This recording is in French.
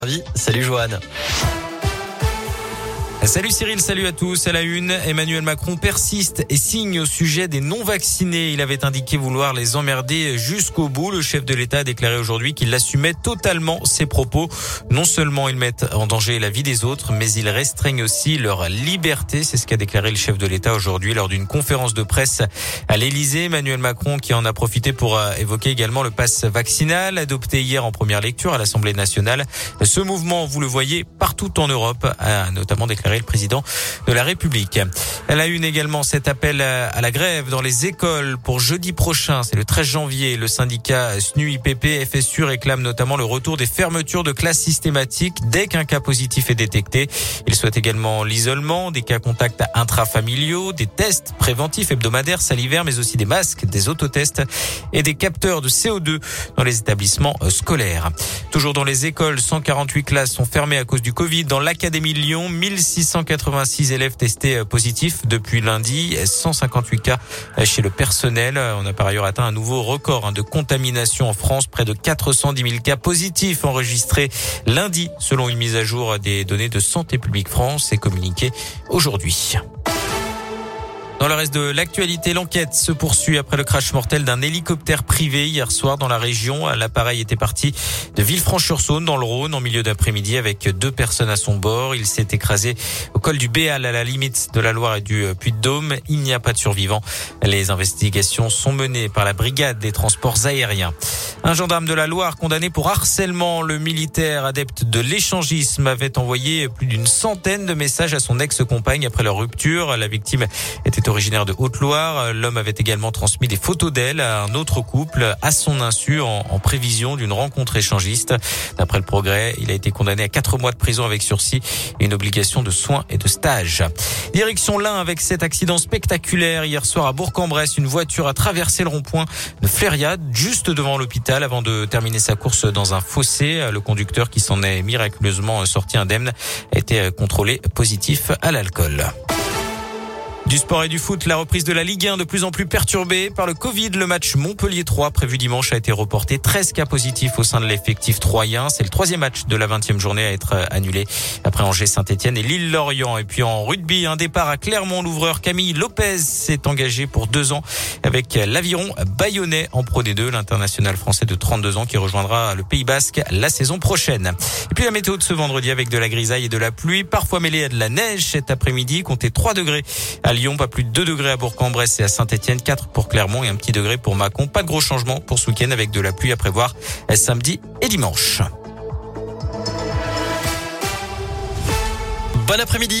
Salut Joanne. Salut Cyril, salut à tous. À la une, Emmanuel Macron persiste et signe au sujet des non-vaccinés. Il avait indiqué vouloir les emmerder jusqu'au bout. Le chef de l'État a déclaré aujourd'hui qu'il assumait totalement ses propos. Non seulement ils mettent en danger la vie des autres, mais ils restreignent aussi leur liberté. C'est ce qu'a déclaré le chef de l'État aujourd'hui lors d'une conférence de presse à l'Élysée. Emmanuel Macron qui en a profité pour évoquer également le pass vaccinal adopté hier en première lecture à l'Assemblée nationale. Ce mouvement, vous le voyez, partout en Europe, a notamment déclaré le président de la République. Elle a eu également cet appel à la grève dans les écoles pour jeudi prochain. C'est le 13 janvier. Le syndicat SNU-IPP FSU réclame notamment le retour des fermetures de classes systématiques dès qu'un cas positif est détecté. Il souhaite également l'isolement, des cas contacts intrafamiliaux, des tests préventifs hebdomadaires salivaires, mais aussi des masques, des autotests et des capteurs de CO2 dans les établissements scolaires. Toujours dans les écoles, 148 classes sont fermées à cause du Covid. Dans l'Académie Lyon, 1686 élèves testés positifs depuis lundi, 158 cas chez le personnel. On a par ailleurs atteint un nouveau record de contamination en France, près de 410 000 cas positifs enregistrés lundi, selon une mise à jour des données de Santé publique France et communiquée aujourd'hui. Dans le reste de l'actualité, l'enquête se poursuit après le crash mortel d'un hélicoptère privé hier soir dans la région. L'appareil était parti de Villefranche-sur-Saône dans le Rhône en milieu d'après-midi avec 2 personnes à son bord. Il s'est écrasé au col du Béal à la limite de la Loire et du Puy-de-Dôme. Il n'y a pas de survivants. Les investigations sont menées par la brigade des transports aériens. Un gendarme de la Loire condamné pour harcèlement. Le militaire adepte de l'échangisme avait envoyé plus d'une centaine de messages à son ex-compagne après leur rupture. La victime était originaire de Haute-Loire. L'homme avait également transmis des photos d'elle à un autre couple à son insu en prévision d'une rencontre échangiste. D'après le Progrès, il a été condamné à 4 mois de prison avec sursis et une obligation de soins et de stage. Direction l'Ain avec cet accident spectaculaire. Hier soir à Bourg-en-Bresse, une voiture a traversé le rond-point de Flériade juste devant l'hôpital avant de terminer sa course dans un fossé. Le conducteur qui s'en est miraculeusement sorti indemne a été contrôlé positif à l'alcool. Du sport et du foot, la reprise de la Ligue 1 de plus en plus perturbée par le Covid. Le match Montpellier 3 prévu dimanche a été reporté. 13 cas positifs au sein de l'effectif troyen. C'est le 3e match de la 20e journée à être annulé après Angers, Saint-Etienne et Lille-Lorient. Et puis en rugby, un départ à Clermont. L'ouvreur Camille Lopez s'est engagé pour 2 ans avec l'Aviron Bayonnais en Pro D2. L'international français de 32 ans qui rejoindra le Pays Basque la saison prochaine. Et puis la météo de ce vendredi avec de la grisaille et de la pluie, parfois mêlée à de la neige cet après-midi. Comptez 3 degrés à Lyon, pas plus de 2 degrés à Bourg-en-Bresse et à Saint-Etienne, 4 pour Clermont et un petit degré pour Mâcon. Pas de gros changements pour ce week-end avec de la pluie à prévoir samedi et dimanche. Bon après-midi.